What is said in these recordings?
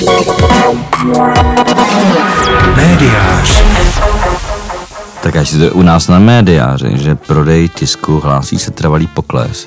Médiář. Tak až to u nás na Médiáři, že prodej tisku hlásí se trvalý pokles.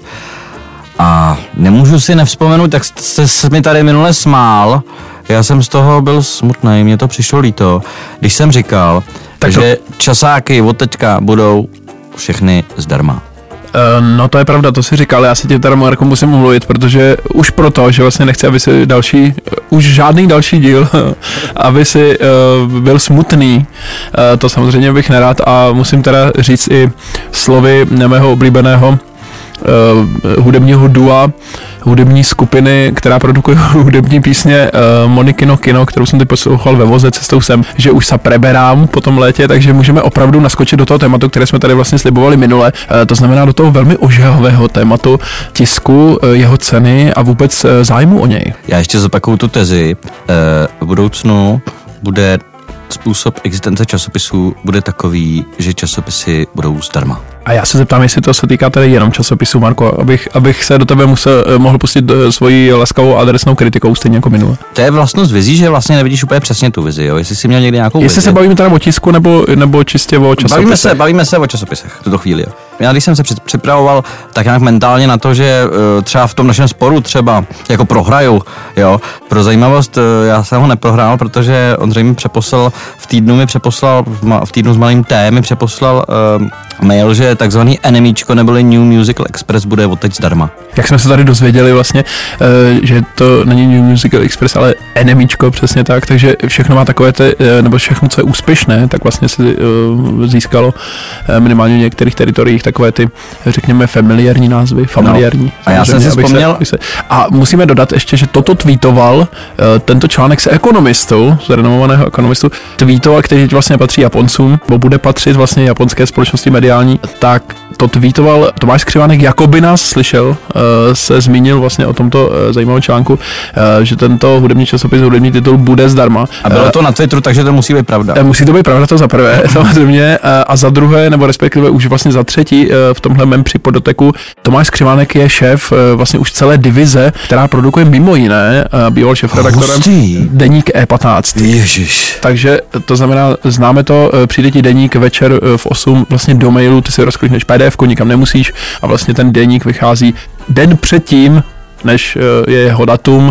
A nemůžu si nevzpomenout, tak jste se mi tady minule smál. Já jsem z toho byl smutný, mně to přišlo líto, když jsem říkal, že časáky od teďka budou všechny zdarma. No to je pravda, to si říkal, já si tě teda Marko musím umluvit, protože už proto, že vlastně nechci, aby si už žádný další díl, aby si byl smutný, to samozřejmě bych nerad a musím teda říct i slovy mého oblíbeného hudebního dua, hudební skupiny, která produkuje hudební písně Moniky no Kino, kterou jsem teď poslouchal ve voze cestou sem, že už se preberám po tom létě, takže můžeme opravdu naskočit do toho tématu, které jsme tady vlastně slibovali minule, to znamená do toho velmi ožehavého tématu tisku, jeho ceny a vůbec zájmu o něj. Já ještě zopakuju tu tezi, v budoucnu bude způsob existence časopisů bude takový, že časopisy budou zdarma. A já se zeptám, jestli to se týká tedy jenom časopisu, Marko, abych se do tebe mohl pustit svojí laskavou adresnou kritikou stejně jako minule. To je vlastnost vizí, že vlastně nevidíš úplně přesně tu vizi, jo? Jestli jsi měl někdy nějakou vizi. Jestli se bavíme teda o tisku nebo čistě o časopisech. Bavíme se o časopisech v tuto chvíli, jo. Já když jsem se připravoval tak nějak mentálně na to, že třeba v tom našem sporu třeba jako prohraju, jo. Pro zajímavost, já jsem ho neprohrál, protože Ondřej mi přeposlal v týdnu s malým T mi přeposlal mail, že takzvaný NMIčko neboli New Musical Express bude od teď zdarma. Jak jsme se tady dozvěděli vlastně, že to není New Musical Express, ale NMIčko, přesně tak, takže všechno má takové, nebo všechno, co je úspěšné, tak vlastně si získalo minimálně v některých teritoriích takové ty, řekněme, familiární názvy, familiární. No. A já jsem si vzpomněl. A musíme dodat ještě, že toto tweetoval tento článek se ekonomistou, z renomovaného ekonomistu, tweetoval, který vlastně patří Japoncům, nebo bude patřit vlastně japonské společnosti mediální, tak to tweetoval Tomáš Skřivánek, jakoby nás slyšel, se zmínil vlastně o tomto zajímavém článku, že tento hudební časopis, hudební titul bude zdarma. A bylo to na Twitteru, takže to musí být pravda. Musí to být pravda, to za prvé, samozřejmě, a za druhé, nebo respektive už vlastně za třetí v tomhle mém připodoteku, Tomáš Skřivánek je šéf vlastně už celé divize, která produkuje mimo jiné, býval šéfredaktorem deník E15. Ježiš. Takže to znamená, známe to, přijde ti deník večer v 8 vlastně do mailu, ty si rozklikneš PDF, nikam nemusíš a vlastně ten deník vychází den předtím, než je jeho datum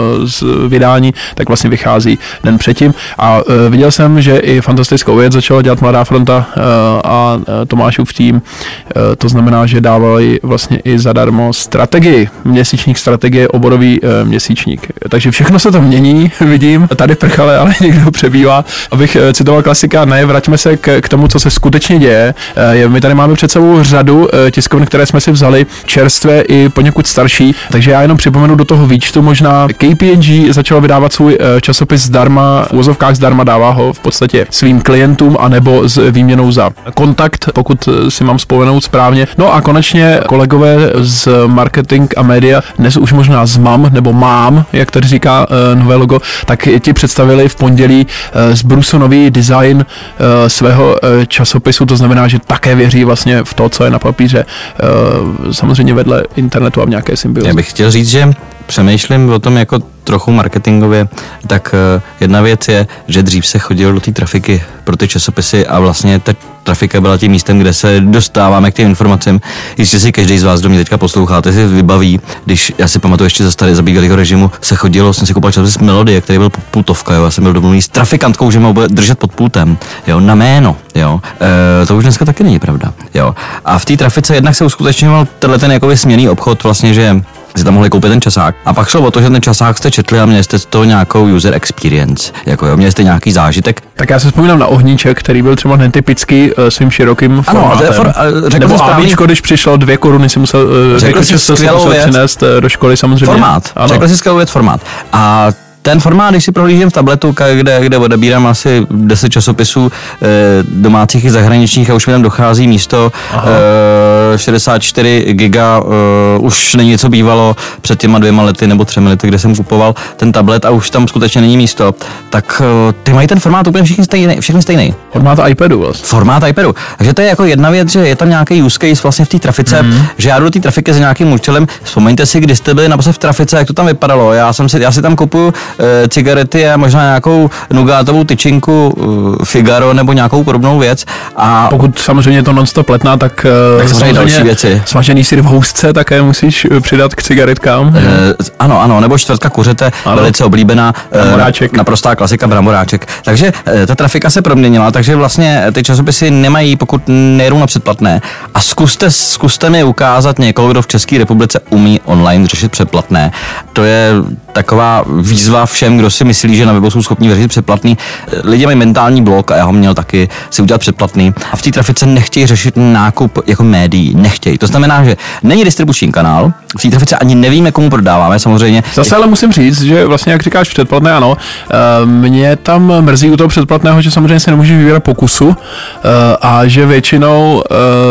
z vydání, tak vlastně vychází den předtím. A viděl jsem, že i fantastickou věc začala dělat Mladá fronta a Tomášův tým. To znamená, že dávali vlastně i zadarmo strategii, měsíčník strategie, oborový měsíčník. Takže všechno se to mění, vidím. Tady prchale, ale někdo přebývá. Abych citoval klasika, vraťme se k tomu, co se skutečně děje. My tady máme před sebou řadu tiskovin, které jsme si vzali, čerstvé i poněkud starší, takže já jenom připomenu do toho výčtu, možná KPMG začalo vydávat svůj časopis zdarma, v úvozovkách zdarma, dává ho v podstatě svým klientům anebo s výměnou za kontakt, pokud si mám vzpomenout správně. No a konečně kolegové z marketing a média, dnes už možná z MAM nebo MAM, jak tady říká nové logo, tak ti představili v pondělí z Brusu nový design svého časopisu, to znamená, že také věří vlastně v to, co je na papíře, samozřejmě vedle internetu a v nějaké symbioze. Já bych chtěl říct, že přemýšlím o tom jako trochu marketingově, tak jedna věc je, že dřív se chodilo do té trafiky pro ty časopisy a vlastně ta trafika byla tím místem, kde se dostáváme k těm informacím. Jistě si každý z vás, kdo mě teďka posloucháte, si vybaví, když já si pamatuju ještě za bývalého režimu, se chodilo, jsem si koupil časopis Melodie, který byl pultovka, jo, já jsem byl domluvený s trafikantkou, že mě bude držet pod pultem, jo, na jméno, jo. To už dneska taky není pravda, jo. A v té trafice jednak se uskutečňoval ten jakoby směnný obchod vlastně, že si tam mohli koupit ten časák. A pak šlo o to, že ten časák jste četli a měli jste z toho nějakou user experience, jako jo, měli jste nějaký zážitek. Tak já se vzpomínám na Ohníček, který byl třeba netypický svým širokým formátem. Nebo Avíčko, když přišlo 2 koruny, si musel přinést do školy samozřejmě. Formát, řekl si skvělou věc, formát. A ten formát, když si prohlížím v tabletu, kde odebírám asi 10 časopisů domácích i zahraničních a už mi tam dochází místo 64 giga, už není co bývalo před těma 2 lety nebo 3 lety, kde jsem kupoval ten tablet a už tam skutečně není místo, tak ty mají ten formát úplně všichni stejný. Formát iPadu vlastně. Formát iPadu. Takže to je jako jedna věc, že je tam nějaký use case vlastně v té trafice, že já jdu do té trafiky za nějakým účelem. Vzpomeňte si, kdy jste byli naposled v trafice, jak to tam vypadalo. Já si tam kupuju cigarety a možná nějakou nugátovou tyčinku Figaro nebo nějakou podobnou věc. A pokud samozřejmě je to non-stop letná, tak samozřejmě další věci. Smažený syr v housce také musíš přidat k cigaretkám. Ano, nebo čtvrtka kuřete, velice oblíbená, naprostá klasika, bramboráček. Takže ta trafika se proměnila, takže vlastně ty časopisy nemají, pokud nejedou na předplatné. A zkuste mi ukázat někoho, kdo v České republice umí online řešit předplatné. To je taková výzva všem, kdo si myslí, že na webu jsou schopni řešit předplatný. Lidi mají mentální blok a já ho měl taky si udělat předplatný. A v té trafice nechtějí řešit nákup jako médií, nechtějí. To znamená, že není distribuční kanál, v té trafice ani nevíme, komu prodáváme, samozřejmě. Zase ale musím říct, že vlastně, jak říkáš předplatné, ano, mě tam mrzí u toho předplatného, že samozřejmě se nemůžeš vybírat po kusu a že většinou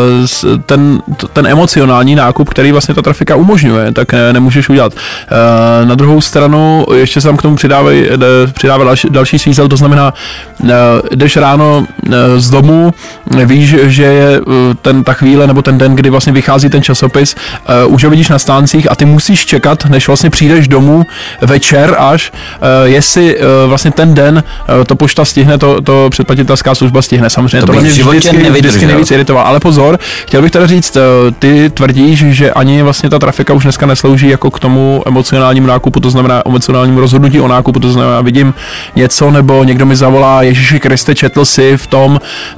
ten emocionální nákup, který vlastně ta trafika umožňuje, tak nemůžeš udělat. Na druhou stranu ještě se tam k tomu přidává další svízel, to znamená, jdeš ráno z domu, víš, že je ta chvíle nebo ten den, kdy vlastně vychází ten časopis, už ho vidíš na stáncích a ty musíš čekat, než vlastně přijdeš domů večer až, jestli vlastně ten den to pošta stihne, to předplatitelská služba stihne. Samozřejmě to mě vždycky nejvíc iritoval. Ale pozor, chtěl bych teda říct, ty tvrdíš, že ani vlastně ta trafika už dneska neslouží jako k tomu emocionálnímu nákupu, to znamená emocionálnímu rozhodnutí o nákupu, to znamená, vidím něco, nebo někdo mi zavolá, Ježíši Kriste, četl si v tom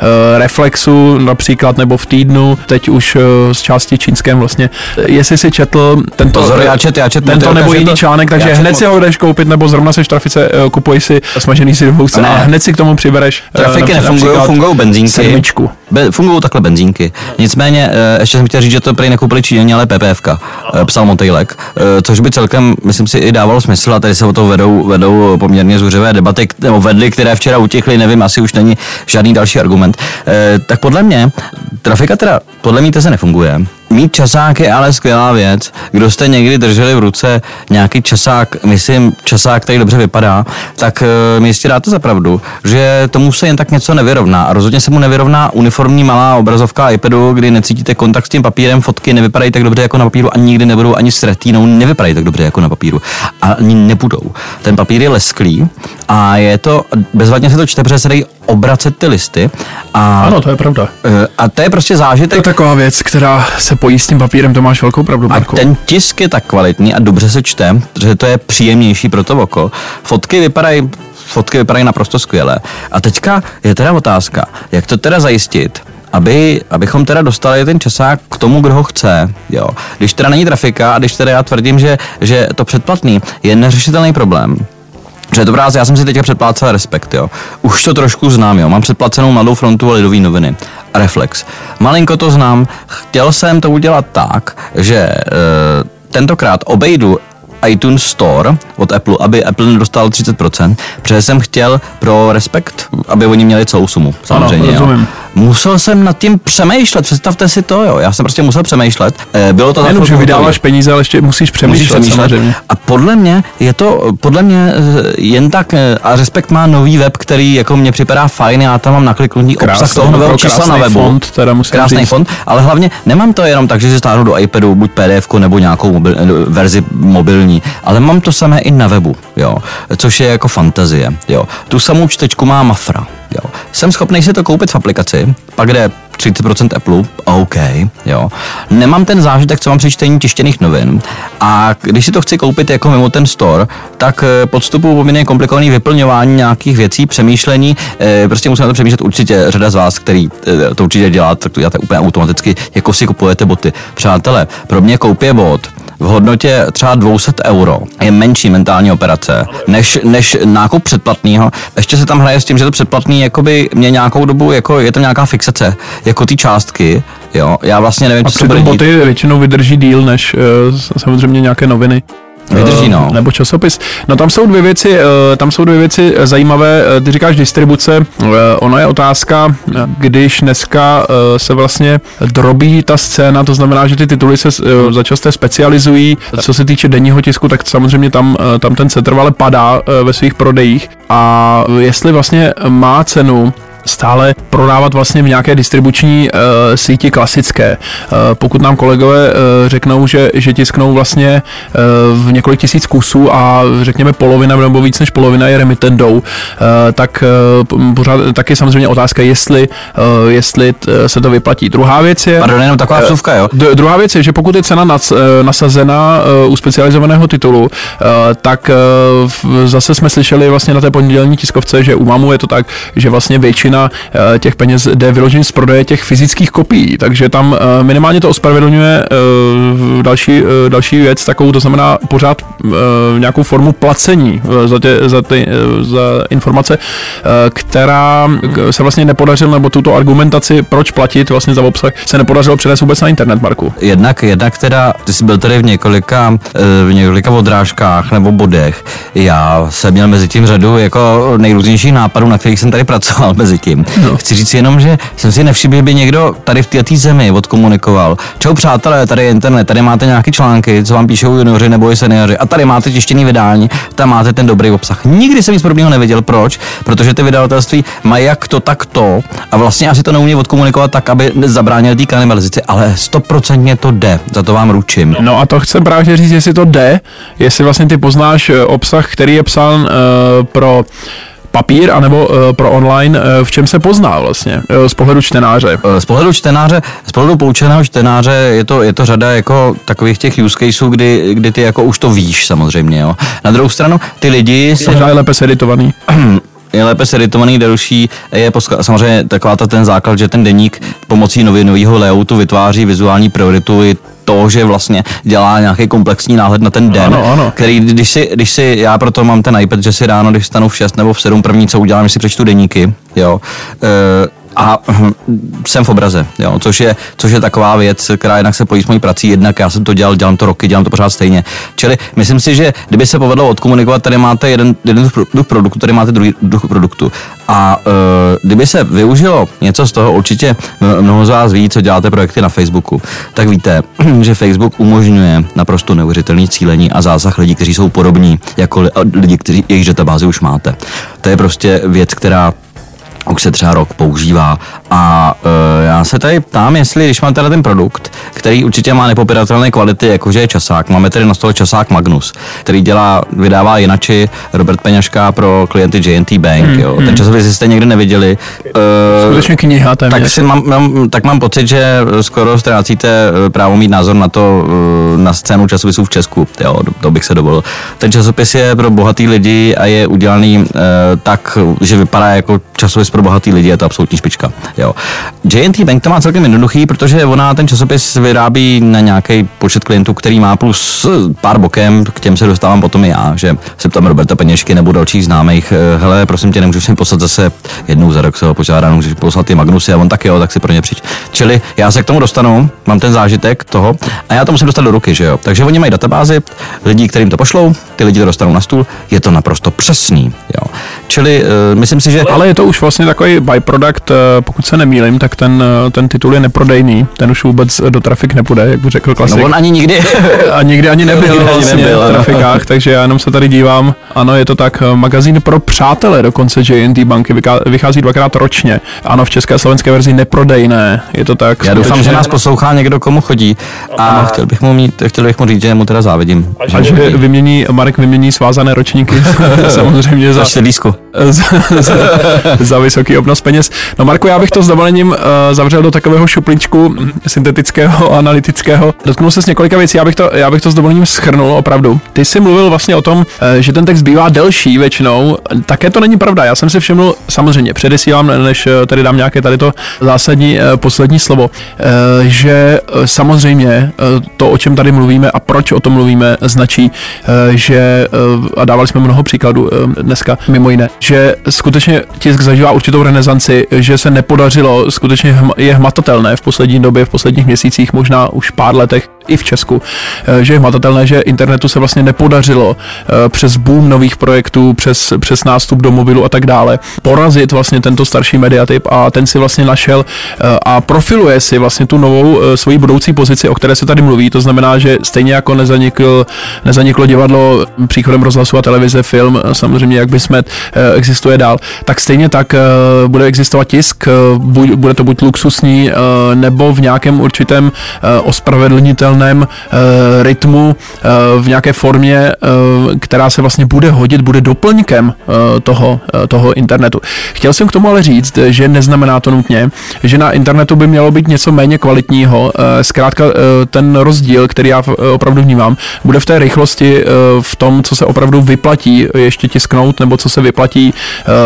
Reflexu například, nebo v Týdnu, teď už z části čínském vlastně, jestli si četl tento, pozor, já čet, tento nebo jiný článek, takže hned si ho jdeš koupit, nebo zrovna seš v trafice, kupuješ si smažený syr v housce a hned si k tomu přibereš. Trafiky nefungují benzínky. Fungují takhle benzínky. Nicméně, ještě jsem chtěl říct, že to prý nekoupili Číňani, ale PPFka, psal Motejlek, což by celkem, myslím si, i dávalo smysl a tady se o to vedou poměrně zuřivé debaty, nebo vedly, které včera utichly, nevím, asi už není žádný další argument. Tak podle mě, trafika teda, podle mě teze nefunguje. Mít časák je ale skvělá věc. Kdo jste někdy drželi v ruce nějaký časák, myslím časák, který dobře vypadá, tak mi jistě dáte za pravdu, že tomu se jen tak něco nevyrovná. A rozhodně se mu nevyrovná uniformní malá obrazovka iPadu, kdy necítíte kontakt s tím papírem, fotky nevypadají tak dobře jako na papíru a nikdy nebudou ani s retínou, nevypadají tak dobře jako na papíru. A ani nebudou. Ten papír je lesklý a je to, bezvadně se to čte, protože se dají obracet ty listy. Ano, to je pravda. A to je prostě zážitek. To je taková věc, která se pojí s tím papírem, to máš velkou pravdu, Marko. A ten tisk je tak kvalitní a dobře se čte, že to je příjemnější pro to oko. Fotky vypadají naprosto skvěle. A teďka je teda otázka, jak to teda zajistit, abychom teda dostali ten časák k tomu, kdo ho chce, jo. Když teda není trafika a když teda já tvrdím, že to předplatný je neřešitelný problém, že dobrá, já jsem si teďka předplácel Respekt, jo. Už to trošku znám, jo. Mám předplacenou Mladou frontu a Lidové noviny. Reflex. Malinko to znám. Chtěl jsem to udělat tak, že tentokrát obejdu iTunes Store od Apple, aby Apple nedostal 30%, protože jsem chtěl pro Respekt, aby oni měli celou sumu. Samozřejmě. Ano, rozumím. Musel jsem nad tím přemýšlet, představte si to, jo. Já jsem prostě musel přemýšlet. Bylo to nejenom, že vydáváš peníze, ale ještě musíš přemýšlet. Samozřejmě. A podle mě je to, jen tak, a Respekt má nový web, který jako mně připadá fajn, já tam mám nakliknutí obsah toho nového čísla na webu. Font, teda krásný font, ale hlavně nemám to jenom tak, že si stáhnu do iPadu buď PDF nebo nějakou verzi mobilní, ale mám to samé i na webu, jo, což je jako fantazie, jo. Tu samou čtečku má Mafra, jo. Jsem schopný si to koupit v aplikaci, pak jde 30% Apple, OK, jo. Nemám ten zážitek, co mám při čtení tištěných novin a když si to chci koupit jako mimo ten store, tak podstupuji poměrně komplikovaný vyplňování nějakých věcí, přemýšlení, prostě musím na to přemýšlet určitě řada z vás, který to určitě dělá, tak to děláte úplně automaticky, jako si kupujete boty. Přátelé, pro mě koupě bot v hodnotě třeba 200 € je menší mentální operace než nákup předplatného. Ještě se tam hraje s tím, že to předplatný jakoby mě nějakou dobu, jako je to nějaká fixace, jako ty částky, jo. Já vlastně nevím, co se bude dít. A boty většinou vydrží díl než samozřejmě nějaké noviny. Vydrží, no. Nebo časopis. No tam jsou dvě věci zajímavé. Ty říkáš distribuce. Ono je otázka, když dneska se vlastně drobí ta scéna, to znamená, že ty tituly se začasté specializují. Co se týče denního tisku, tak samozřejmě tam ten setrvale padá ve svých prodejích. A jestli vlastně má cenu stále prodávat vlastně v nějaké distribuční síti klasické. Pokud nám kolegové řeknou, že tisknou vlastně v několik tisíc kusů a řekněme polovina nebo víc než polovina je remitendou, tak pořád taky samozřejmě otázka, jestli se to vyplatí. Druhá věc je... Pardon, jenom taková vsuvka, jo? Druhá věc je, že pokud je cena nasazena u specializovaného titulu, tak zase jsme slyšeli vlastně na té pondělní tiskovce, že u MAMu je to tak, že vlastně většina těch peněz jde vyloženě z prodeje těch fyzických kopií, takže tam minimálně to ospravedlňuje další věc takovou, to znamená pořád nějakou formu placení za informace, která se vlastně nepodařila, nebo tuto argumentaci, proč platit vlastně za obsah, se nepodařilo přenést vůbec na internet, Marku. Jednak teda, ty jsi byl tady v několika odrážkách nebo bodech. Já jsem měl mezi tím řadu jako nejrůznějších nápadů, na kterých jsem tady pracoval mezi tím. No. Chci říct jenom, že jsem si nevšiml, že by někdo tady v této zemi odkomunikoval. Čau přátelé, tady je internet, tady máte nějaké články, co vám píšou junioři nebo i seniori, a tady máte tištěný vydání, tam máte ten dobrý obsah. Nikdy jsem nic podobného nevěděl. Proč? Protože ty vydavatelství mají jak to, tak to a vlastně asi to neumí odkomunikovat tak, aby zabránili té kanibalizaci, ale 100% to jde, za to vám ručím. No a to chcem právě říct, jestli to jde, jestli vlastně ty poznáš obsah, který je psán pro papír anebo pro online, v čem se pozná vlastně z pohledu čtenáře? Z pohledu poučeného čtenáře je to řada jako takových těch use caseů, kdy ty jako už to víš samozřejmě, jo. Na druhou stranu ty lidi jsou lépe seditovaný. Je lépe seditovaný, delší, je samozřejmě taková ten základ, že ten deník pomocí nového layoutu vytváří vizuální prioritu i to, že vlastně dělá nějaký komplexní náhled na ten den, ano. Který, když si, já proto mám ten iPad, že si ráno, když vstanu v 6 nebo v 7, první, co udělám, že si přečtu deníky, jo, a jsem v obraze, jo, což je taková věc, která jednak se pojí s mojí prací, jednak já jsem to dělám to roky, dělám to pořád stejně. Čili myslím si, že kdyby se povedlo odkomunikovat, tady máte jeden druh produktu, tady máte druhý druh produktu. A kdyby se využilo něco z toho, určitě mnoho z vás ví, co děláte projekty na Facebooku, tak víte, že Facebook umožňuje naprosto neuvěřitelné cílení a zásah lidí, kteří jsou podobní jako lidi, kteří jejich databázi už máte. To je prostě věc, která už se třeba rok používá a já se tady ptám, jestli když mám teda ten produkt, který určitě má nepopiratelné kvality, jakože je časák, máme tady na stole časák Magnus, který vydává jinači Robert Peňažka pro klienty J&T Bank, jo. Ten časopis jste někdy neviděli. Skutečně kniha tak mám pocit, že skoro ztrácíte právo mít názor na to, na scénu časopisů v Česku, jo, to bych se dovolil. Ten časopis je pro bohatý lidi a je udělaný tak, že vypadá jako časopis pro bohatý lidi, je to absolutní špička. Jo. J&T Bank to má celkem jednoduchý, protože ona ten časopis vyrábí na nějaký počet klientů, který má plus pár bokem, k těm se dostávám potom i já, že se ptám Roberta Peněžky nebo dalších známých, hele, prosím tě, nemůžu si jim poslat zase jednou za rok, se ho požádám, můžeš poslat ty Magnusy a on tak jo, tak si pro ně přijď. Čili já se k tomu dostanu, mám ten zážitek toho a já to musím dostat do ruky, že jo. Takže oni mají databázi lidí, kterým to pošlou, ty lidi to dostanou na stůl, je to naprosto přesný, jo. Čili myslím si, že... Ale je to už vlastně takový byproduct, pokud se nemýlím, tak ten titul je neprodejný, ten už vůbec do trafik nepůjde, jak by řekl klasik. No on ani nikdy. A nikdy ani nebyl vlastně v trafikách, takže já jenom se tady dívám. Ano, je to tak, magazín pro přátele dokonce J&T banky vychází 2krát ročně. Ano, v české a slovenské verzi neprodejné, je to tak. Já doufám, že nás poslouchá někdo, komu chodí a chtěl bych mu říct, že mu teda závidím. A že Marek vymění svázané ročníky samozřejmě za vysoký obnos peněz. No Marku, já bych to s dovolením zavřel do takového šuplíčku syntetického, analytického. Dotknul se s několika věcí, já bych to s dovolením shrnul opravdu. Ty jsi mluvil vlastně o tom, že ten text bývá delší většinou. Také to není pravda. Já jsem si všiml, samozřejmě předesílám, než tady dám nějaké tady to zásadní poslední slovo, že samozřejmě to, o čem tady mluvíme a proč o tom mluvíme, značí, že, a dávali jsme mnoho příkladů dneska, mimo jiné, že skutečně tisk zažívá určitou renesanci, že se nepodařilo, skutečně je hmatatelné v poslední době, v posledních měsících, možná už pár letech, i v Česku, že je hmatatelné, že internetu se vlastně nepodařilo přes boom nových projektů, přes nástup do mobilu a tak dále porazit vlastně tento starší mediatyp a ten si vlastně našel a profiluje si vlastně tu novou svoji budoucí pozici, o které se tady mluví. To znamená, že stejně jako nezaniklo divadlo příchodem rozhlasu a televize, film, samozřejmě jak by Smet existuje dál, tak stejně tak bude existovat tisk, bude to buď luxusní, nebo v nějakém určitém ospravedlnitelném rytmu, v nějaké formě, která se vlastně bude hodit, bude doplňkem toho internetu. Chtěl jsem k tomu ale říct, že neznamená to nutně, že na internetu by mělo být něco méně kvalitního. Zkrátka ten rozdíl, který já opravdu vnímám, bude v té rychlosti, v tom, co se opravdu vyplatí ještě tisknout, nebo co se vyplatí,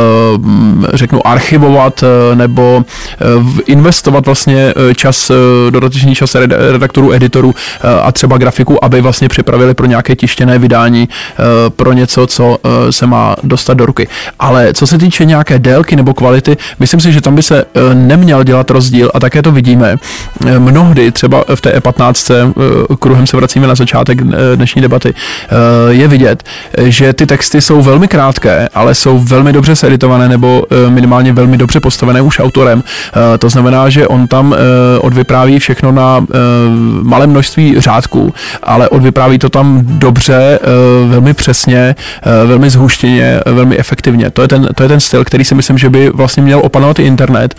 řeknu, archivovat, nebo investovat vlastně dodatečný čas redaktorů, editorů a třeba grafiků, aby vlastně připravili pro nějaké tištěné vydání, pro něco, co se má dostat do ruky. Ale co se týče nějaké délky nebo kvality, myslím si, že tam by se neměl dělat rozdíl a také to vidíme. Mnohdy, třeba v té E15, kruhem se vracíme na začátek dnešní debaty, je vidět, že ty texty jsou velmi krátké, ale jsou velmi dobře seditované nebo minimálně velmi dobře postavené už autorem. To znamená, že on tam odvypráví všechno na malé množství řádků, ale odvypráví to tam dobře, velmi přesně, velmi zhuštěně, velmi efektivně. To je ten styl, který si myslím, že by vlastně měl opanovat i internet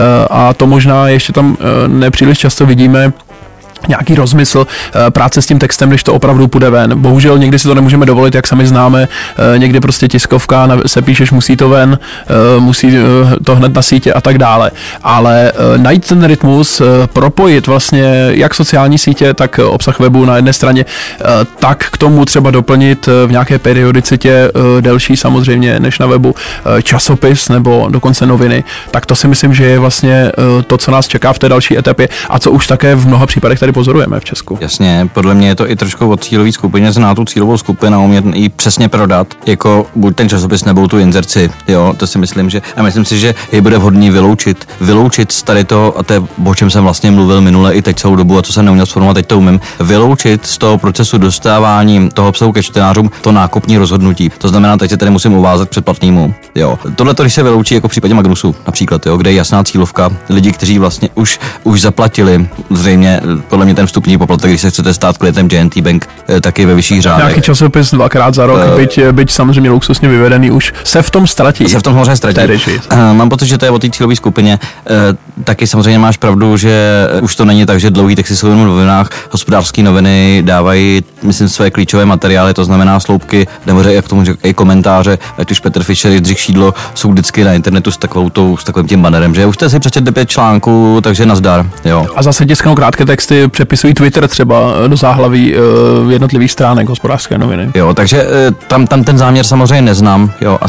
a to možná ještě tam nepříliš často vidíme nějaký rozmysl práce s tím textem, když to opravdu půjde ven. Bohužel někdy si to nemůžeme dovolit, jak sami známe, někdy prostě tiskovka, se píšeš, musí to ven, musí to hned na sítě a tak dále. Ale najít ten rytmus, propojit vlastně jak sociální sítě, tak obsah webu na jedné straně, tak k tomu třeba doplnit v nějaké periodicitě delší samozřejmě než na webu časopis nebo dokonce noviny, tak to si myslím, že je vlastně to, co nás čeká v té další etapě a co už také v mnoha případech tady pozorujeme v Česku. Jasně, podle mě je to i trošku o cílové skupině, znát tu cílovou skupinu a umět ji přesně prodat, jako buď ten časopis nebo tu inzerci, jo, to si myslím, a myslím si, že je bude vhodný vyloučit z tady toho, a to je, o čem jsem vlastně mluvil minule i teď celou dobu a co jsem neuměl sformulovat, teď to umím, vyloučit z toho procesu dostávání toho obsahu ke čtenářům to nákupní rozhodnutí. To znamená, teď se tady musím uvázat předplatnému, jo. Tohle to, když se vyloučí, jako v případě Magnusu například, jo, kde je jasná cílovka, lidi, kteří vlastně už zaplatili zřejmě podle mě ten vstupní poplatek, když se chcete stát klientem J&T Bank, taky ve vyšších řádech. Nějaký časopis dvakrát za rok, byť samozřejmě luxusně vyvedený, už se v tom ztratí. Se v tom samozřejmě ztratí. Mám pocit, že to je o té cílové skupině. Taky samozřejmě máš pravdu, že už to není tak, že dlouhý texty jsou jenom v novinách. Hospodářské noviny dávají, myslím, své klíčové materiály, to znamená sloupky, nebo jak tomu říkají komentáře, ať už Petr Fischer, Jindřich Šídlo, jsou vždycky na internetu s takovým tím bannerem, že už jste si přečetli 5 článků, takže nazdar. Jo. A zase tisknou krátké texty, přepisují Twitter třeba do záhlaví jednotlivých stránek Hospodářské noviny. Jo, takže tam ten záměr samozřejmě neznám. Jo,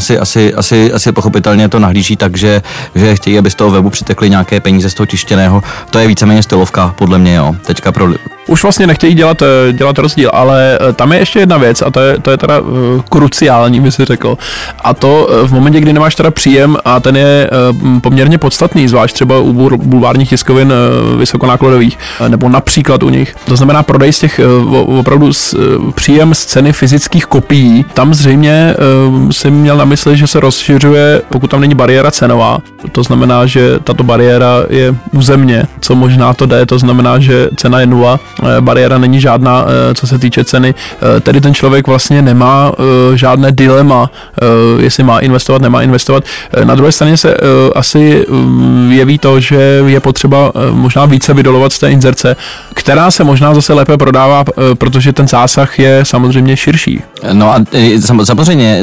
asi pochopitelně to nahlíží tak, že chtějí, aby z toho webu přitekly nějaké peníze z toho tištěného. To je víceméně stylovka, podle mě, jo. Teďka pro už vlastně nechtějí dělat rozdíl, ale tam je ještě jedna věc a to je teda kruciální, by si řekl. A to v momentě, kdy nemáš teda příjem a ten je poměrně podstatný, zvlášť třeba u bulvárních tiskovin vysokonákladových, nebo například u nich. To znamená prodej z těch opravdu příjem z ceny fyzických kopií. Tam zřejmě jsem měl na mysli, že se rozšiřuje, pokud tam není bariéra cenová. To znamená, že tato bariéra je územně, co možná to jde, to znamená, že cena je 0. Bariéra není žádná, co se týče ceny. Tedy ten člověk vlastně nemá žádné dilema, jestli má investovat, nemá investovat. Na druhé straně se asi jeví to, že je potřeba možná více vydolovat z té inzerce, která se možná zase lépe prodává, protože ten zásah je samozřejmě širší. No a samozřejmě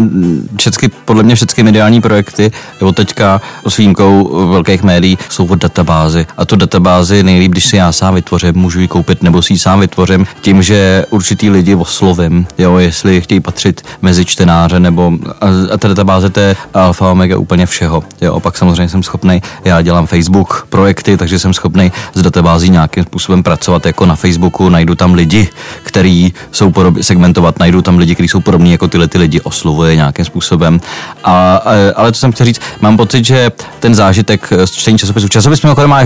podle mě všechny mediální projekty od teďka s výjimkou velkých médií jsou od databázy. A tu databázi nejlíp, když si já sám vytvořím, můžu ji koupit nebo si ji sám vytvořím tím, že určitý lidi oslovím, jo, jestli chtějí patřit mezi čtenáře nebo a ta databáze to je alfa omega úplně všeho. Jo, opak samozřejmě jsem schopnej, já dělám Facebook projekty, takže jsem schopnej s databází nějakým způsobem pracovat jako na Facebooku, najdu tam lidi, kteří jsou segmentovat, najdu tam lidi, kteří jsou podobní jako tyhle ty lidi, oslovuje nějakým způsobem. Ale co jsem chtěl říct, mám pocit, že ten zážitek z čtení časopisu mimochodem má ještě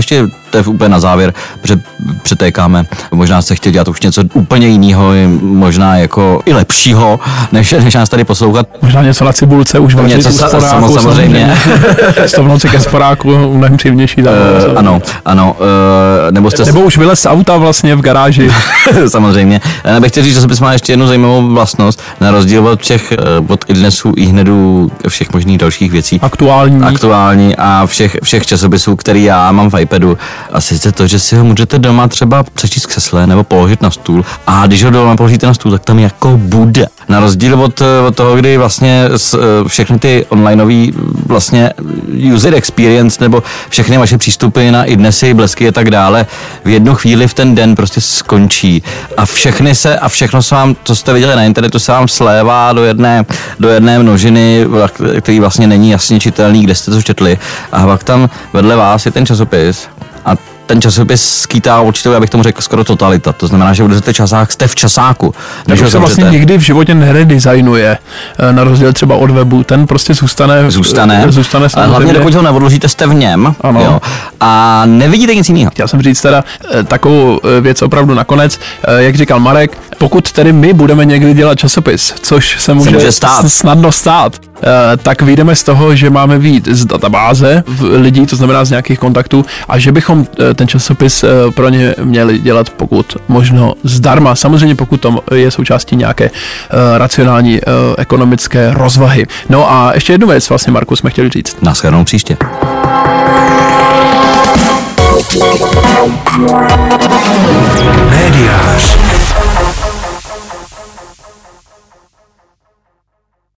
to je úplně na závěr, protože přetékáme. Možná se chtěl dělat už něco úplně jiného, možná jako i lepšího, než nás tady poslouchat. Možná něco na cibulce už vařit. Něco samozřejmě. To v noci ke sporáku mnohem příjemnější. Ano. Nebo už vylez z auta vlastně v garáži. Samozřejmě. Bych chtěl říct, že časopis má ještě jednu zajímavou vlastnost, na rozdíl od iDnesu, iHnedu, všech možných dalších věcí. Aktuální a všech časopisů, který já mám v iPadu. A sice to, že si ho můžete doma třeba přečíst k křesle nebo položit na stůl. A když ho doma položíte na stůl, tak tam jako bude. Na rozdíl od toho, kdy vlastně všechny ty onlineový vlastně user experience nebo všechny vaše přístupy na iDnesy, blesky a tak dále v jednu chvíli v ten den prostě skončí. A všechno se vám, co jste viděli na internetu, se vám slévá do jedné množiny, který vlastně není jasně čitelný, kde jste to četli. A pak tam vedle vás je ten časopis a ten časopis skýtá určitou, já bych tomu řekl, skoro totalita. To znamená, že budete časák, jste v časáku. Takže se vlastně nikdy v životě neredesignuje, na rozdíl třeba od webu. Ten prostě zůstane ale hlavně dokud ho neodložíte, jste v něm. Jo, a nevidíte nic jiného. Chtěl jsem říct teda takovou věc opravdu nakonec, jak říkal Marek, pokud tedy my budeme někdy dělat časopis, což se může snadno stát, tak vyjdeme z toho, že máme vyjít z databáze lidí, to znamená z nějakých kontaktů, a že bychom ten časopis pro ně měli dělat pokud možno zdarma. Samozřejmě pokud to je součástí nějaké racionální ekonomické rozvahy. No a ještě jednu věc vlastně, Marku, jsme chtěli říct. Naschledanou příště. Médiář.